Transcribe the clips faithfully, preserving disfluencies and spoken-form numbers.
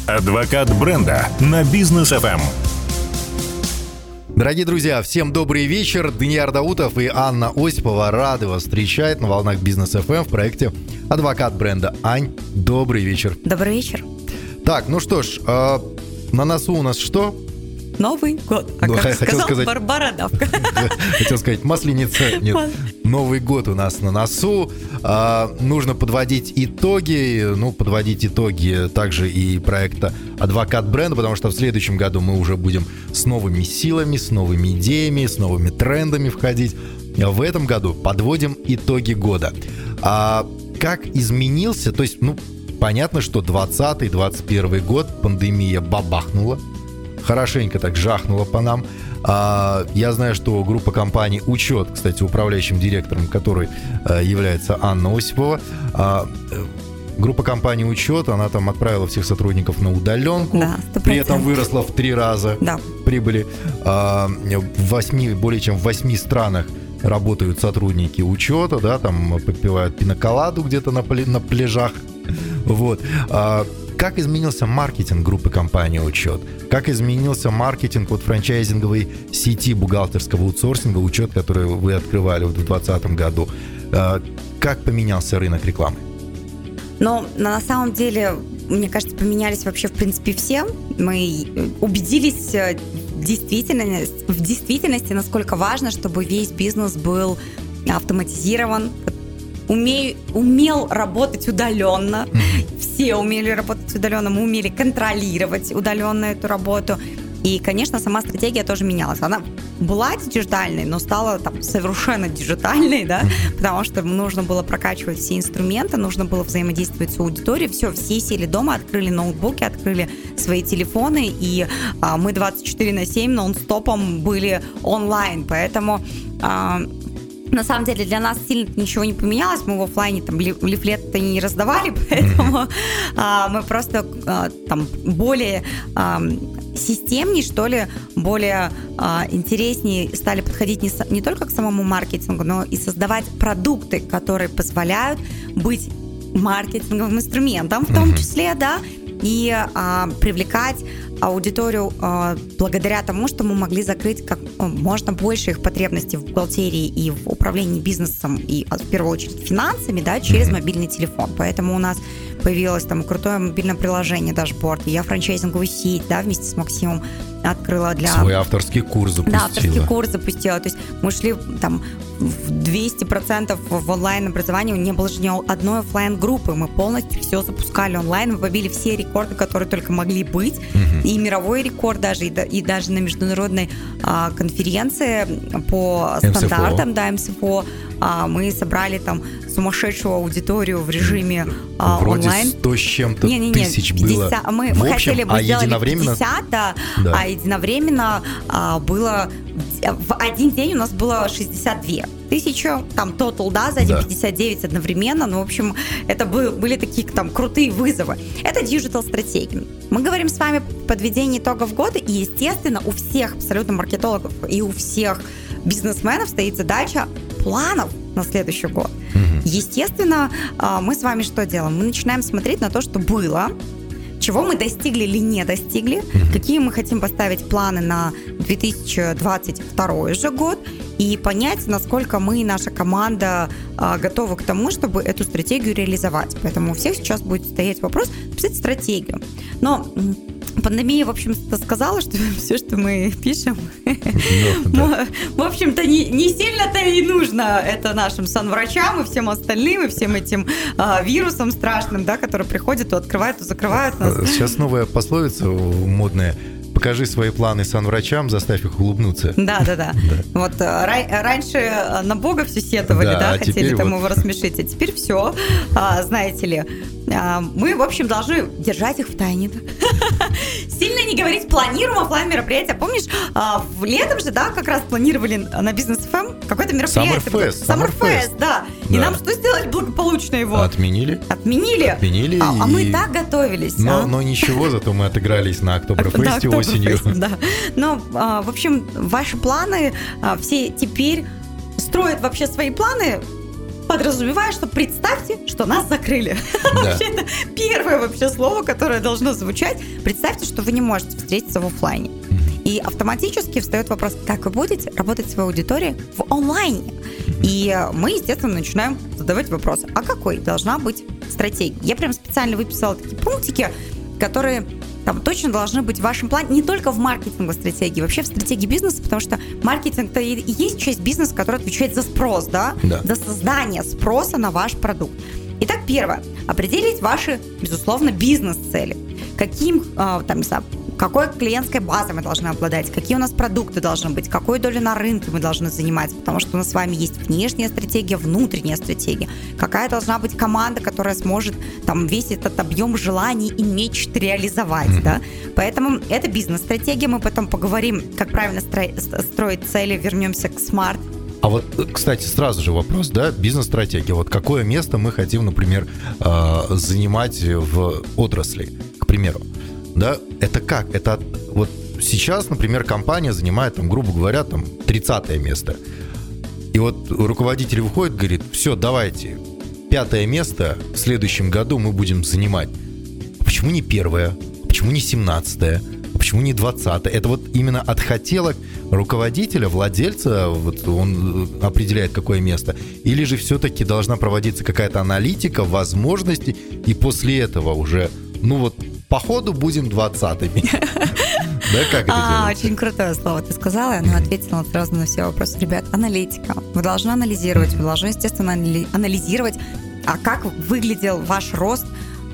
Адвокат бренда на Бизнес эф эм. Дорогие друзья, всем добрый вечер. Даниил Даутов и Анна Осипова рады вас встречать на волнах Бизнес эф эм в проекте «Адвокат бренда». Ань, добрый вечер. Добрый вечер. Так, ну что ж, э, на носу у нас что? Новый год. А Ну, как хотел сказал сказать- Барбара Давка. Хотел сказать, масленица. Нет, Новый год у нас на носу. А, нужно подводить итоги. Ну, подводить итоги также и проекта «Адвокат бренда», потому что в следующем году мы уже будем с новыми силами, с новыми идеями, с новыми трендами входить. А в этом году подводим итоги года. А как изменился, то есть, ну, понятно, что двадцатый двадцать первый год пандемия бабахнула. Хорошенько так жахнуло по нам. А, я знаю, что группа компаний «Учет», кстати, управляющим директором которой а, является Анна Осипова, а, группа компаний «Учет», она там отправила всех сотрудников на удаленку, Да, сто процентов. при этом выросла в три раза Да. прибыли. А, в восьми, более чем в восьми странах работают сотрудники «Учета», да, там попивают пиноколаду где-то на, пля- на пляжах. Вот. А, как изменился маркетинг группы компании «Учет»? Как изменился маркетинг вот франчайзинговой сети бухгалтерского аутсорсинга «Учет», который вы открывали вот в двадцатом году? А, как поменялся рынок рекламы? Но на самом деле, мне кажется, поменялись вообще в принципе все. Мы убедились в действительности, в действительности, насколько важно, чтобы весь бизнес был автоматизирован, умею, умел работать удаленно. Все умели работать удаленно, мы умели контролировать удаленно эту работу. И, конечно, сама стратегия тоже менялась. Она была диджитальной, но стала там совершенно диджитальной, да, потому что нужно было прокачивать все инструменты, нужно было взаимодействовать с аудиторией. Все, все сели дома, открыли ноутбуки, открыли свои телефоны, и а, мы двадцать четыре на семь нон-стопом были онлайн. Поэтому... А, на самом деле для нас сильно ничего не поменялось, мы в офлайне там лифлет-то не раздавали, поэтому а, мы просто а, там более а, системнее, что ли, более а, интереснее стали подходить не, не только к самому маркетингу, но и создавать продукты, которые позволяют быть маркетинговым инструментом в том числе, да, и а, привлекать аудиторию а, благодаря тому, что мы могли закрыть как можно больше их потребностей в бухгалтерии и в управлении бизнесом, и в первую очередь финансами, да, через мобильный телефон. Поэтому у нас появилось там крутое мобильное приложение «Дашборд». Я франчайзинговую сеть, да, вместе с Максимом открыла для... Свой авторский курс запустила. Да, авторский курс запустила. То есть мы шли там в двести процентов в онлайн-образовании, не было же ни одной офлайн-группы. Мы полностью все запускали онлайн, мы побили все рекорды, которые только могли быть. Угу. И мировой рекорд даже, и, и даже на международной а, конференции по эм эс эф о. стандартам, да, эм эс эф о, а, мы собрали там сумасшедшую аудиторию в режиме а, Вроде онлайн. сто с чем-то не, не, не, тысяч было. пятьдесят, мы, в мы общем, хотели бы а сделать единовременно... пятьдесят, да, Да. а единовременно а, было в один день у нас было шестьдесят две тысячи, там тотал, да, за день Да. пятьдесят девять одновременно, ну, в общем, это был, были такие там крутые вызовы. Это диджитал-стратегия. Мы говорим с вами о подведении итогов года, и, естественно, у всех абсолютно маркетологов и у всех бизнесменов стоит задача планов на следующий год. Угу. Естественно, мы с вами что делаем? Мы начинаем смотреть на то, что было, чего мы достигли или не достигли, mm-hmm. какие мы хотим поставить планы на две тысячи двадцать второй же год, и понять, насколько мы и наша команда а, готовы к тому, чтобы эту стратегию реализовать. Поэтому у всех сейчас будет стоять вопрос написать стратегию. Но пандемия, в общем-то, сказала, что все, что мы пишем, в общем-то, не сильно-то и нужно это нашим санврачам и всем остальным, и всем этим вирусам страшным, да, которые приходят, то открывают, то закрывают нас. Сейчас новая пословица модная: покажи свои планы санврачам, заставь их улыбнуться. Да, да, да. Вот раньше на Бога все сетовали, да, хотели там его рассмешить, а теперь все, знаете ли. Мы, в общем, должны держать их в тайне. Сильно не говорить, планируем офлайн мероприятия. Помнишь, в летом же, да, как раз планировали на Бизнес эф эм какое-то мероприятие. Summerfest. Summerfest, да. И нам что сделать благополучно его? Отменили. Отменили. Отменили. А, а мы так готовились. Но, а? но ничего, зато мы отыгрались на Октоберфесте осенью. Да. Но, в общем, ваши планы все теперь строят вообще свои планы по подразумевая, что представьте, что нас закрыли. Вообще, это первое вообще слово, которое должно звучать. Представьте, что вы не можете встретиться в офлайне. И автоматически встает вопрос, как вы будете работать с своей аудиторией в онлайне? И мы, естественно, начинаем задавать вопросы, а какой должна быть стратегия? Я прям специально выписала такие пунктики, которые там точно должны быть в вашем плане, не только в маркетинговой стратегии, вообще в стратегии бизнеса, потому что маркетинг-то и есть часть бизнеса, которая отвечает за спрос, да? Да. За создание спроса на ваш продукт. Итак, первое. Определить ваши, безусловно, бизнес-цели. Каким, там, не знаю, какой клиентской базой мы должны обладать, какие у нас продукты должны быть, какую долю на рынке мы должны занимать, потому что у нас с вами есть внешняя стратегия, внутренняя стратегия, какая должна быть команда, которая сможет там весь этот объем желаний и мечт реализовать, mm-hmm. да, поэтому это бизнес-стратегия, мы потом поговорим, как правильно стро- строить цели, вернемся к смарт. А вот, кстати, сразу же вопрос, да, бизнес-стратегия. Вот какое место мы хотим, например, занимать в отрасли, к примеру? Да, это как? Это вот сейчас, например, компания занимает, там, грубо говоря, там, тридцатое место. И вот руководитель выходит, говорит, все, давайте, пятое место в следующем году мы будем занимать. Почему не первое? Почему не семнадцатое? Почему не двадцатое? Это вот именно от хотелок руководителя, владельца, вот он определяет, какое место. Или же все-таки должна проводиться какая-то аналитика, возможности, и после этого уже, ну вот, по ходу будем двадцатыми. Да, как это делается? Очень крутое слово ты сказала, оно ответило сразу на все вопросы. Ребят, аналитика. Вы должны анализировать, вы должны, естественно, анализировать, а как выглядел ваш рост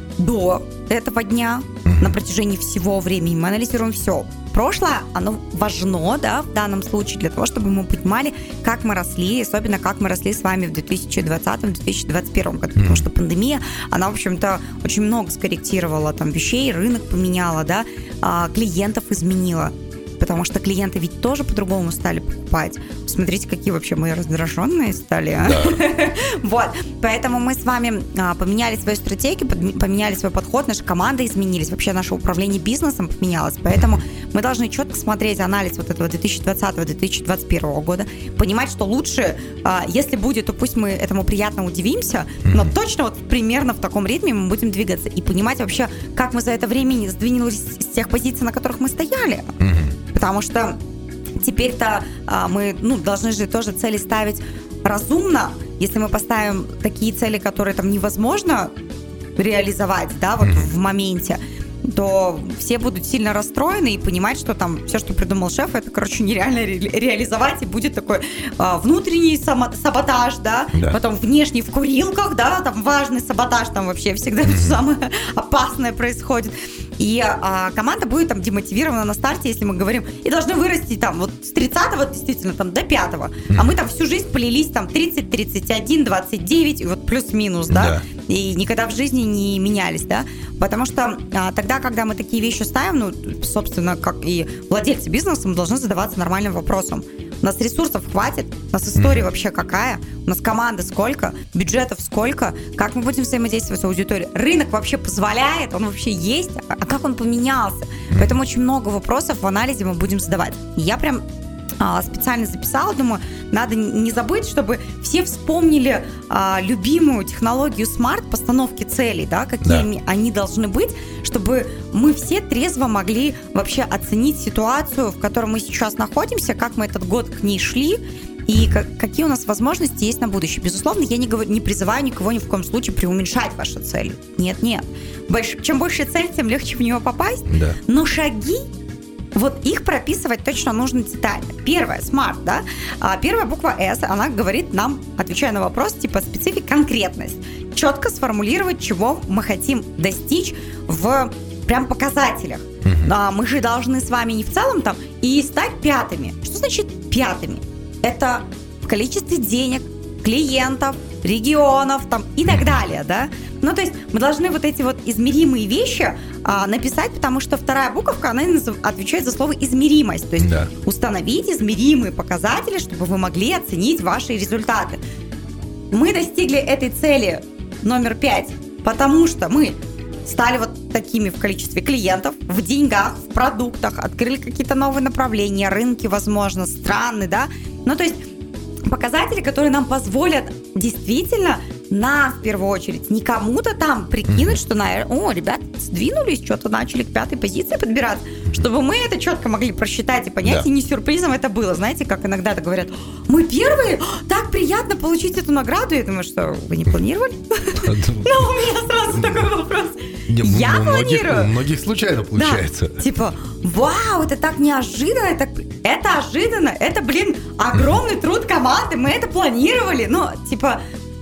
до этого дня, на протяжении всего времени. Мы анализируем все. Прошлое, оно важно, да, в данном случае, для того, чтобы мы понимали, как мы росли, особенно как мы росли с вами в две тысячи двадцатом - две тысячи двадцать первом году, потому что пандемия, она, в общем-то, очень много скорректировала там вещей, рынок поменяла, да, клиентов изменила. Потому что клиенты ведь тоже по-другому стали покупать. Смотрите, какие вообще мы раздраженные стали. А? Да. Вот. Поэтому мы с вами а, поменяли свою стратегию, поменяли свой подход, наша команда изменились, вообще наше управление бизнесом поменялось. Поэтому мы должны четко смотреть анализ вот этого две тысячи двадцатого - две тысячи двадцать первого года, понимать, что лучше, а, если будет, то пусть мы этому приятно удивимся, но точно вот примерно в таком ритме мы будем двигаться и понимать вообще, как мы за это время сдвинулись с тех позиций, на которых мы стояли. Потому что теперь-то а, мы ну, должны же тоже цели ставить разумно. Если мы поставим такие цели, которые там невозможно реализовать, да, вот mm-hmm. в моменте, то все будут сильно расстроены и понимать, что там все, что придумал шеф, это, короче, нереально ре- реализовать, и будет такой а, внутренний само- саботаж, да, да, потом внешний в курилках, да, там важный саботаж, там вообще всегда mm-hmm. самое опасное происходит. И а, команда будет там демотивирована на старте, если мы говорим, и должны вырасти там вот с тридцатого действительно там до пятого, mm-hmm. а мы там всю жизнь полились там тридцать, тридцать один, двадцать девять, и вот плюс-минус, да, yeah. и никогда в жизни не менялись, да, потому что а, тогда, когда мы такие вещи ставим, ну, собственно, как и владельцы бизнеса, мы должны задаваться нормальным вопросом. У нас ресурсов хватит, у нас история mm-hmm. вообще какая, у нас команды сколько, бюджетов сколько, как мы будем взаимодействовать с аудиторией, рынок вообще позволяет, он вообще есть, а как он поменялся. Mm-hmm. Поэтому очень много вопросов в анализе мы будем задавать. И я прям а, специально записала, думаю, надо не забыть, чтобы все вспомнили а, любимую технологию смарт, постановки целей, да, какие да. они, они должны быть, чтобы мы все трезво могли вообще оценить ситуацию, в которой мы сейчас находимся, как мы этот год к ней шли, и как, какие у нас возможности есть на будущее. Безусловно, я не, говорю, не призываю никого ни в коем случае преуменьшать ваши цели. Нет, нет. Больш, чем больше цель, тем легче в нее попасть. Да. Но шаги, вот их прописывать точно нужно детально. Первое, смарт, да. А первая буква S, она говорит нам, отвечая на вопрос, типа специфик, конкретность. Четко сформулировать, чего мы хотим достичь в прям показателях. Uh-huh. А, мы же должны с вами не в целом там и стать пятыми. Что значит пятыми? Это в количестве денег, клиентов, регионов там, и так далее, да? Ну, то есть мы должны вот эти вот измеримые вещи а, написать, потому что вторая буковка, она отвечает за слово измеримость. То есть да. установить измеримые показатели, чтобы вы могли оценить ваши результаты. Мы достигли этой цели номер пять, потому что мы стали вот такими в количестве клиентов, в деньгах, в продуктах, открыли какие-то новые направления, рынки, возможно, страны, да? Ну, то есть показатели, которые нам позволят действительно нам в первую очередь, не кому-то там прикинуть, что, наверное, о, ребята сдвинулись, что-то начали к пятой позиции подбираться, чтобы мы это четко могли просчитать и понять, да. И не сюрпризом это было. Знаете, как иногда это говорят, мы первые, так приятно получить эту награду. Я думаю, что вы не планировали? Но у меня сразу такой вопрос. Я планирую. У многих случайно получается. Типа, вау, это так неожиданно, это ожиданно, это, блин, огромный труд команды, мы это планировали. Ну, типа...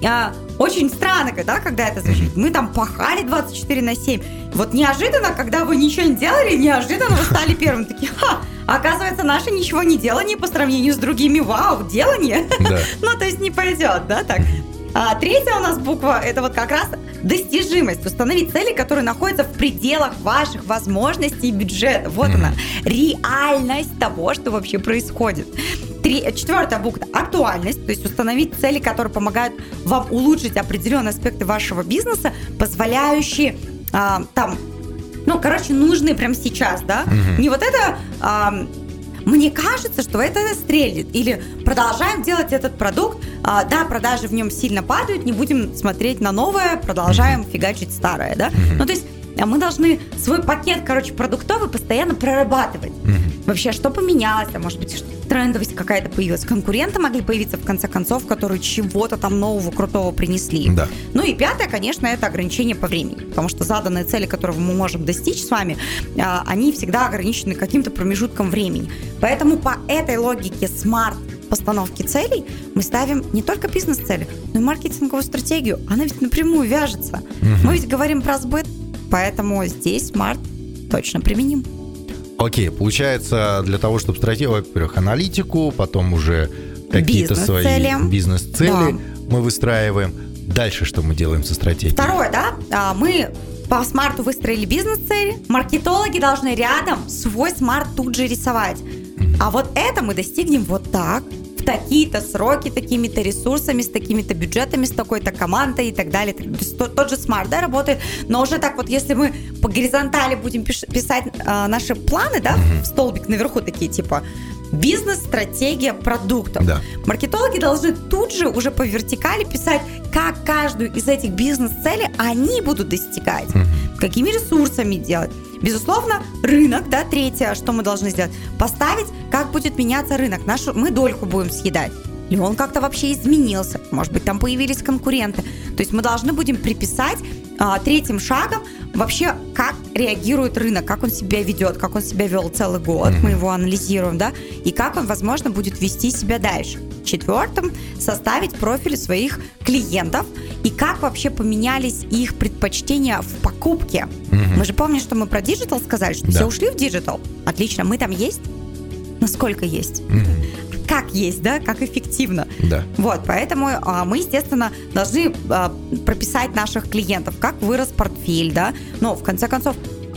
Очень странно, да, когда это звучит. Мы там пахали двадцать четыре на семь. Вот неожиданно, когда вы ничего не делали, неожиданно вы стали первым. Такие, ха, оказывается, наше ничего не делание по сравнению с другими, вау, делание. Да. Ну, то есть не пойдет, да, так. А третья у нас буква, это вот как раз достижимость. Установить цели, которые находятся в пределах ваших возможностей и бюджета. Вот mm-hmm. она, реальность того, что вообще происходит. Три, четвертая буква – актуальность, то есть установить цели, которые помогают вам улучшить определенные аспекты вашего бизнеса, позволяющие а, там, ну, короче, нужные прямо сейчас, да? Mm-hmm. Не вот это, а, мне кажется, что это стрелит, или продолжаем делать этот продукт, а, да, продажи в нем сильно падают, не будем смотреть на новое, продолжаем mm-hmm. фигачить старое, да? Mm-hmm. Ну, то есть мы должны свой пакет, короче, продуктовый постоянно прорабатывать. Mm-hmm. Вообще, что поменялось, а может быть, что трендовость какая-то появилась. Конкуренты могли появиться, в конце концов, которые чего-то там нового, крутого принесли. Да. Ну и пятое, конечно, это ограничение по времени. Потому что заданные цели, которые мы можем достичь с вами, они всегда ограничены каким-то промежутком времени. Поэтому по этой логике смарт постановки целей мы ставим не только бизнес-цели, но и маркетинговую стратегию. Она ведь напрямую вяжется. Угу. Мы ведь говорим про сбыт, поэтому здесь смарт точно применим. Окей, получается, для того, чтобы стратегию, во-первых, аналитику, потом уже какие-то свои бизнес-цели да. мы выстраиваем. Дальше что мы делаем со стратегией? Второе, да, мы по смарту выстроили бизнес-цели, маркетологи должны рядом свой смарт тут же рисовать. Mm-hmm. А вот это мы достигнем вот так, в такие-то сроки, такими-то ресурсами, с такими-то бюджетами, с такой-то командой и так далее. То есть тот, тот же смарт, да, работает, но уже так вот, если мы по горизонтали будем пиш- писать э, наши планы, да, mm-hmm. в столбик наверху такие, типа бизнес, стратегия, продуктов. Да. Маркетологи должны тут же уже по вертикали писать, как каждую из этих бизнес-целей они будут достигать, mm-hmm. какими ресурсами делать. Безусловно, рынок, да, третье, что мы должны сделать, поставить, как будет меняться рынок. Нашу, мы дольку будем съедать. Или он как-то вообще изменился. Может быть, там появились конкуренты. То есть мы должны будем приписать а, третьим шагом вообще, как реагирует рынок, как он себя ведет, как он себя вел целый год, mm-hmm. мы его анализируем, да, и как он, возможно, будет вести себя дальше. Четвертым, составить профили своих клиентов и как вообще поменялись их предпочтения в покупке. Mm-hmm. Мы же помним, что мы про диджитал сказали, что да. все ушли в диджитал. Отлично, мы там есть? Насколько есть? Mm-hmm. Как есть, да, как эффективно. Да. Вот, поэтому а, мы, естественно, должны а, прописать наших клиентов, как вырос портфель, да, но в конце концов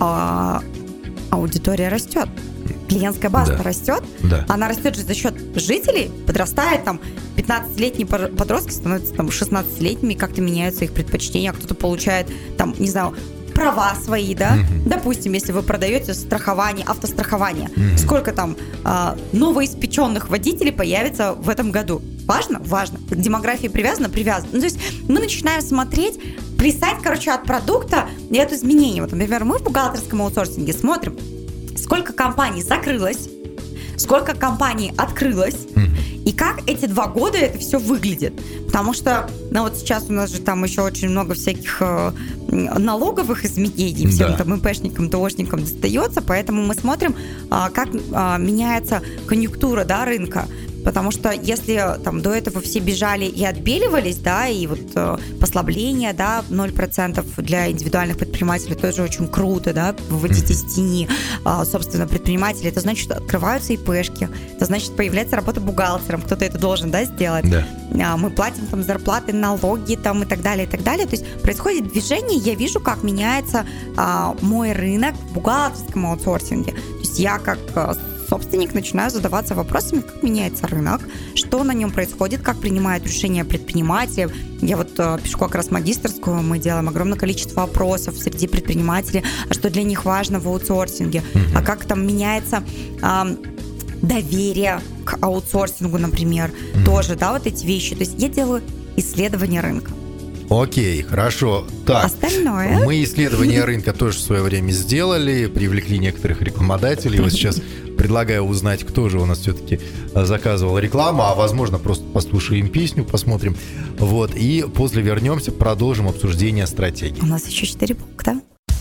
а, аудитория растет. Клиентская база да. растет, да. она растет же за счет жителей, подрастает, там, пятнадцатилетние подростки становятся там шестнадцатилетними, как-то меняются их предпочтения, а кто-то получает, там, не знаю, права свои, да, mm-hmm. допустим, если вы продаете страхование, автострахование, mm-hmm. сколько там а, новоиспеченных водителей появится в этом году? Важно? Важно. К демографии привязано? Привязано. Ну, то есть мы начинаем смотреть, плясать, короче, от продукта и от изменений. Вот, например, мы в бухгалтерском аутсорсинге смотрим, сколько компаний закрылось, сколько компаний открылось, mm-hmm. и как эти два года это все выглядит. Потому что, ну вот сейчас у нас же там еще очень много всяких э, налоговых изменений, всем да. там ИПшникам, ТОшникам достается, поэтому мы смотрим, э, как э, меняется конъюнктура, да, рынка. Потому что если там до этого все бежали и отбеливались, да, и вот э, послабление, да, ноль процентов для индивидуальных предпринимателей тоже очень круто, да, выводить mm-hmm. из тени, э, собственно, предпринимателей, это значит, открываются ИПшки, это значит, появляется работа бухгалтером, кто-то это должен, да, сделать. Да. Э, мы платим там зарплаты, налоги там и так далее, и так далее. То есть происходит движение, я вижу, как меняется э, мой рынок в бухгалтерском аутсорсинге. То есть я как э, собственник начинаю задаваться вопросами, как меняется рынок, что на нем происходит, как принимают решения предприниматели. Я вот э, пишу как раз магистерскую, мы делаем огромное количество опросов среди предпринимателей, а что для них важно в аутсорсинге, mm-hmm. а как там меняется э, доверие к аутсорсингу, например, mm-hmm. тоже, да, вот эти вещи. То есть я делаю исследование рынка. Окей, хорошо. Так, остальное... мы исследование рынка тоже в свое время сделали, привлекли некоторых рекламодателей. Вот сейчас предлагаю узнать, кто же у нас все-таки заказывал рекламу, а возможно просто послушаем песню, посмотрим. Вот, и после вернемся, продолжим обсуждение стратегии. У нас еще четыре пункта.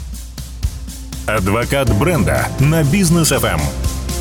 Адвокат бренда на Бизнес эф эм.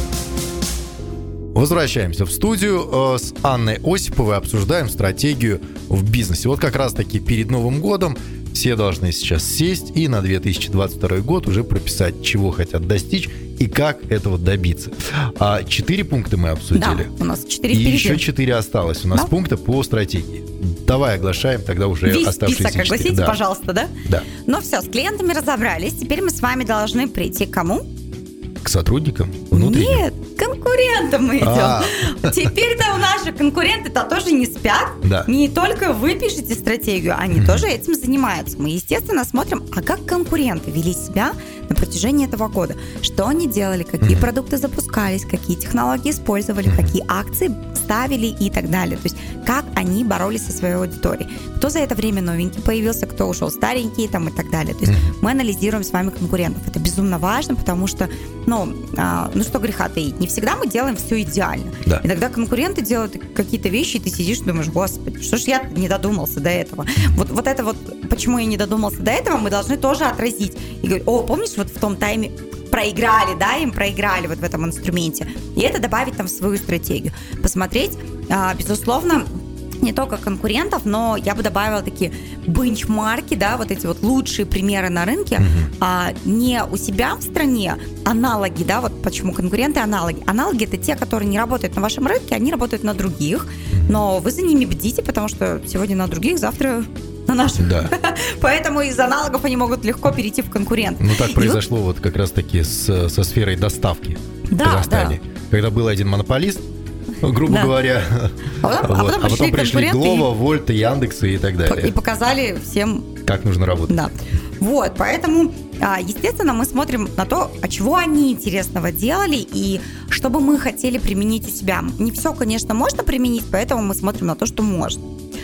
Возвращаемся в студию. С Анной Осиповой обсуждаем стратегию в бизнесе. Вот как раз-таки перед Новым годом все должны сейчас сесть и на две тысячи двадцать второй год уже прописать, чего хотят достичь и как этого добиться. А четыре пункта мы обсудили. Да, у нас четыре и впереди. еще четыре осталось. У нас да? пункты по стратегии. Давай оглашаем тогда уже весь оставшиеся список четыре. огласите, Да. пожалуйста, да? Да. Ну все, с клиентами разобрались. Теперь мы с вами должны прийти к кому? К сотрудникам внутренним? Нет, к конкурентам мы идем. А. Теперь-то наши конкуренты-то тоже не спят. Да. Не только вы пишете стратегию, они тоже этим занимаются. Мы, естественно, смотрим, а как конкуренты вели себя на протяжении этого года. Что они делали, какие продукты запускались, какие технологии использовали, какие акции ставили и так далее. То есть как они боролись со своей аудиторией. Кто за это время новенький появился, кто ушел старенький там, и так далее. То есть мы анализируем с вами конкурентов. Это безумно важно, потому что, ну, а, ну что греха таить, не всегда мы делаем все идеально. Да. Иногда конкуренты делают какие-то вещи, и ты сидишь и думаешь, господи, что ж я не додумался до этого. Вот, вот это вот, почему я не додумался до этого, мы должны тоже отразить. И говорить, о, помнишь, вот в том тайме проиграли, да, им проиграли вот в этом инструменте. И это добавить там в свою стратегию. Посмотреть, а, безусловно, не только конкурентов, но я бы добавила такие бенчмарки, да, вот эти вот лучшие примеры на рынке, uh-huh. а, не у себя в стране, аналоги, да, вот почему конкуренты аналоги. Аналоги — это те, которые не работают на вашем рынке, они работают на других, но вы за ними бдите, потому что сегодня на других, завтра на наших. Да. Поэтому из аналогов они могут легко перейти в конкурент. Ну, так произошло вот, вот как раз-таки с, со сферой доставки да, в Казахстане. Да. Когда был один монополист, грубо да. говоря, а потом, вот. а потом а пришли, потом пришли Глова, Вольта, Яндексы и так далее. И показали всем, как нужно работать. Да. Вот, поэтому, естественно, мы смотрим на то, а чего они интересного делали и что бы мы хотели применить у себя. Не все, конечно, можно применить, поэтому мы смотрим на то, что можно.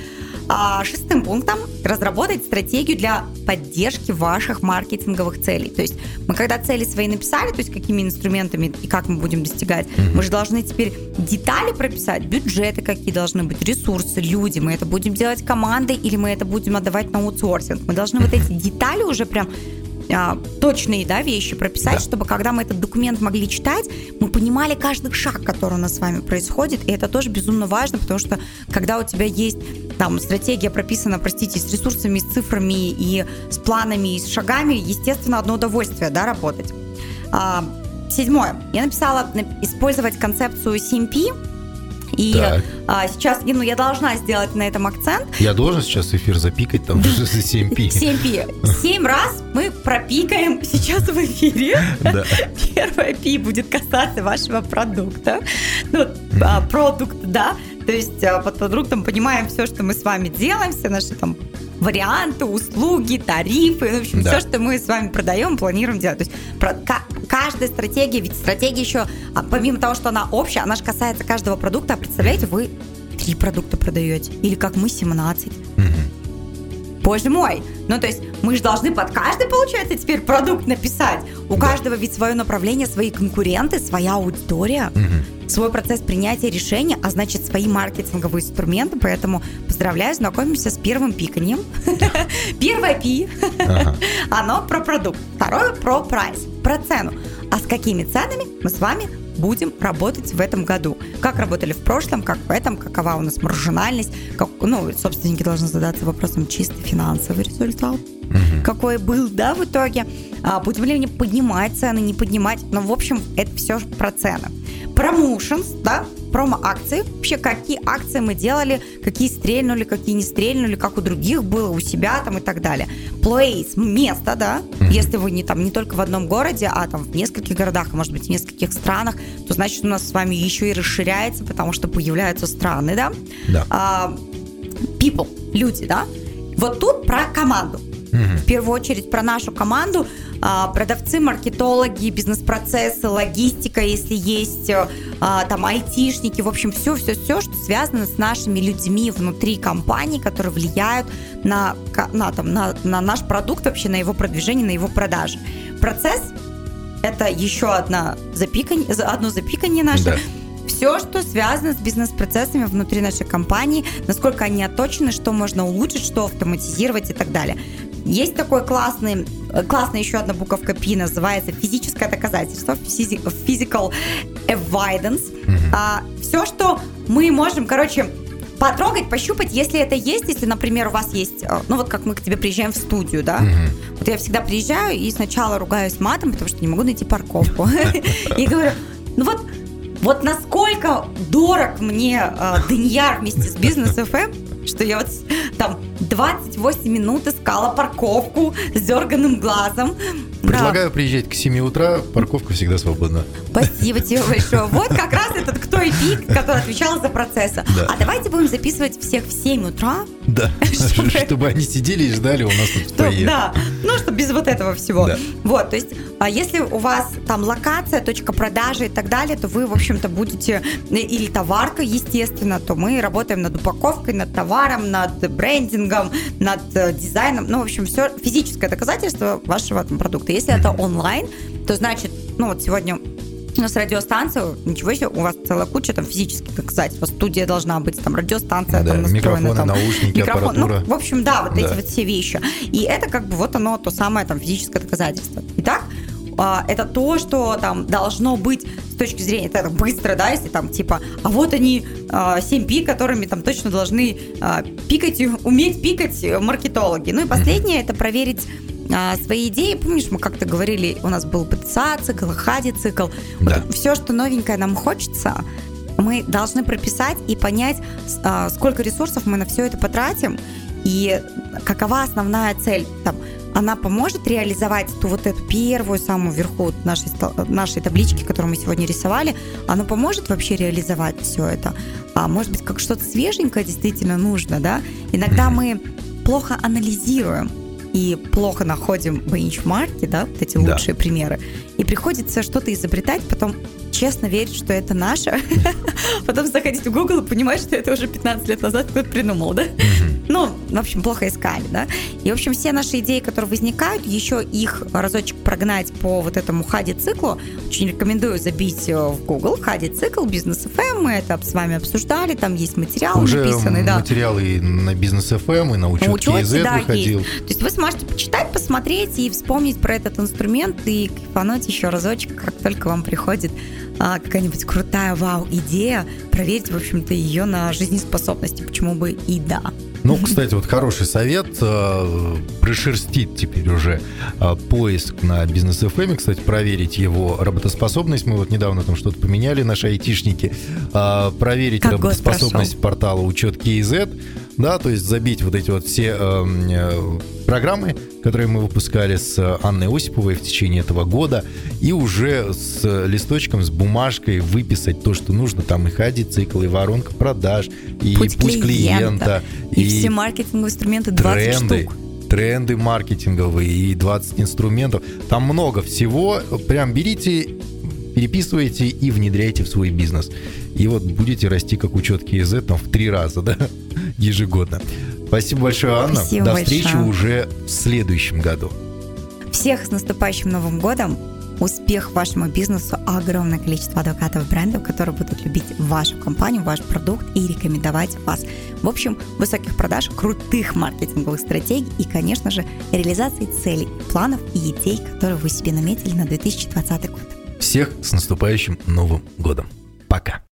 А шестым пунктом – разработать стратегию для поддержки ваших маркетинговых целей. То есть мы когда цели свои написали, то есть какими инструментами и как мы будем достигать, mm-hmm. мы же должны теперь детали прописать, бюджеты какие должны быть, ресурсы, люди. Мы это будем делать командой или мы это будем отдавать на аутсорсинг. Мы должны вот эти детали уже прям а, точные, да, вещи прописать, да. чтобы когда мы этот документ могли читать, мы понимали каждый шаг, который у нас с вами происходит. И это тоже безумно важно, потому что когда у тебя есть там стратегия прописана, простите, с ресурсами, с цифрами и с планами, и с шагами, естественно, одно удовольствие, да, работать. А, седьмое. Я написала использовать концепцию си эм пи. И а, сейчас, ну, я должна сделать на этом акцент. Я должен сейчас эфир запикать там за си эм пи. си эм пи. Семь раз мы пропикаем сейчас в эфире. Да. Первое пи будет касаться вашего продукта. Ну, а, продукт, да. То есть под продуктом понимаем все, что мы с вами делаем, все наши там варианты, услуги, тарифы, в общем, да. все, что мы с вами продаем, планируем делать. То есть про, к, каждая стратегия, ведь стратегия еще, а помимо того, что она общая, она же касается каждого продукта. А представляете, вы три продукта продаете, или как мы семнадцать. Угу. Боже мой! Ну, то есть мы же должны под каждый, получается, теперь продукт написать. У да. каждого ведь свое направление, свои конкуренты, своя аудитория. Угу. Свой процесс принятия решения, а значит, свои маркетинговые инструменты. Поэтому поздравляю, знакомимся с первым пиканьем. Первое пи, оно про продукт. Второе про прайс, про цену. А с какими ценами мы с вами будем работать в этом году? Как работали в прошлом, как в этом, какова у нас маржинальность? Как, ну, собственники должны задаться вопросом чисто финансовый результат. Uh-huh. Какой был, да, в итоге. А, будем ли не поднимать цены, не поднимать. Но, в общем, это все про цены. Промоушенс, да, промо-акции. Вообще, какие акции мы делали, какие стрельнули, какие не стрельнули, как у других было, у себя там и так далее. Place, место, да. Uh-huh. Если вы не, там, не только в одном городе, а там в нескольких городах, а может быть в нескольких странах, то значит у нас с вами еще и расширяется, потому что появляются страны, да. Да. А, people, люди, да. Вот тут про команду. В первую очередь про нашу команду. продавцы, маркетологи, бизнес-процессы, логистика, если есть, там, айтишники, в общем, все-все-все, что связано с нашими людьми внутри компании, которые влияют на, на, там, на, на наш продукт, вообще на его продвижение, на его продажи. Процесс – это еще одна запиканье, одно запиканье наше. Да. Все, что связано с бизнес-процессами внутри нашей компании, насколько они отточены, что можно улучшить, что автоматизировать и так далее. Есть такой классный, классная еще одна буковка P, называется физическое доказательство, physical evidence. Mm-hmm. А, все, что мы можем, короче, потрогать, пощупать, если это есть, если, например, у вас есть, ну вот как мы к тебе приезжаем в студию, да, mm-hmm. вот я всегда приезжаю и сначала ругаюсь матом, потому что не могу найти парковку. И говорю, ну вот, вот насколько дорог мне э, Данияр вместе с Бизнес эф эм, что я вот там двадцать восемь минут искала парковку с дерганым глазом. Предлагаю да. приезжать к семи утра, парковка всегда свободна. Спасибо тебе большое. Вот как раз этот кто и пик, который отвечал за процессы. Да. А давайте будем записывать всех в семь утра. Да, чтобы, чтобы они сидели и ждали у нас тут в фойе. Да, ну, чтобы без вот этого всего. Да. Вот, то есть, если у вас там локация, точка продажи и так далее, то вы, в общем-то, будете, или товарка, естественно, то мы работаем над упаковкой, над товаром, над брендингом, над дизайном, ну, в общем, все физическое доказательство вашего там продукта. Если mm-hmm. это онлайн, то значит, ну, вот сегодня у нас радиостанция, ничего себе, у вас целая куча там физических доказательств. Студия должна быть, там радиостанция да, там настроена. Микрофоны, там, наушники, микрофон, аппаратура. Ну, в общем, да, вот да. эти вот все вещи. И это как бы вот оно, то самое там физическое доказательство. Итак, это то, что там должно быть с точки зрения, это быстро, да, если там типа, а вот они семь пи, которыми там точно должны пикать, уметь пикать маркетологи. Ну и последнее, это проверить свои идеи. Помнишь, мы как-то говорили, у нас был пэ тэ эс а-цикл, хади-цикл. Да. Вот все, что новенькое нам хочется, мы должны прописать и понять, сколько ресурсов мы на все это потратим и какова основная цель. Там, она поможет реализовать ту вот эту первую, самую вверху нашей, нашей таблички, которую мы сегодня рисовали. Она поможет вообще реализовать все это. А может быть, как что-то свеженькое действительно нужно, да? Иногда мы плохо анализируем и плохо находим бенчмарки, да, вот эти лучшие да. примеры, и приходится что-то изобретать, потом честно верить, что это наше, потом заходить в Google и понимать, что это уже пятнадцать лет назад кто-то придумал, да? Ну, в общем, плохо искали, да? И, в общем, все наши идеи, которые возникают, еще их разочек прогнать по вот этому хади-циклу, очень рекомендую забить в Google хади-цикл, Бизнес эф эм, мы это с вами обсуждали, там есть материалы уже написанные, да. материалы и на Бизнес эф эм, и на учетке ИЗ да, выходил. Есть. То есть вы сможете почитать, посмотреть и вспомнить про этот инструмент и кайфануть еще разочек, как только вам приходит а, какая-нибудь крутая вау-идея, проверить, в общем-то, ее на жизнеспособность, почему бы и да. Ну, кстати, вот хороший совет, э, прошерстить теперь уже э, поиск на Бизнес эф эм, кстати, проверить его работоспособность. Мы вот недавно там что-то поменяли, наши айтишники, э, проверить как работоспособность портала Учет кей зет, да, то есть забить вот эти вот все э, э, программы, которые мы выпускали с Анной Осиповой в течение этого года, и уже с листочком, с бумажкой выписать то, что нужно, там и хади-цикл, и воронка продаж, и путь, путь клиента, клиента и, и все маркетинговые инструменты, двадцать тренды, штук. Тренды маркетинговые и двадцать инструментов. Там много всего. Прям берите, переписывайте и внедряйте в свой бизнес. И вот будете расти, как учет кей зет, там в три раза, да, ежегодно. Спасибо большое, Анна. Спасибо До большое. встречи уже в следующем году. Всех с наступающим Новым годом. Успех вашему бизнесу, огромное количество адвокатов брендов, которые будут любить вашу компанию, ваш продукт и рекомендовать вас. В общем, высоких продаж, крутых маркетинговых стратегий и, конечно же, реализации целей, планов и идей, которые вы себе наметили на две тысячи двадцатый год. Всех с наступающим Новым годом. Пока.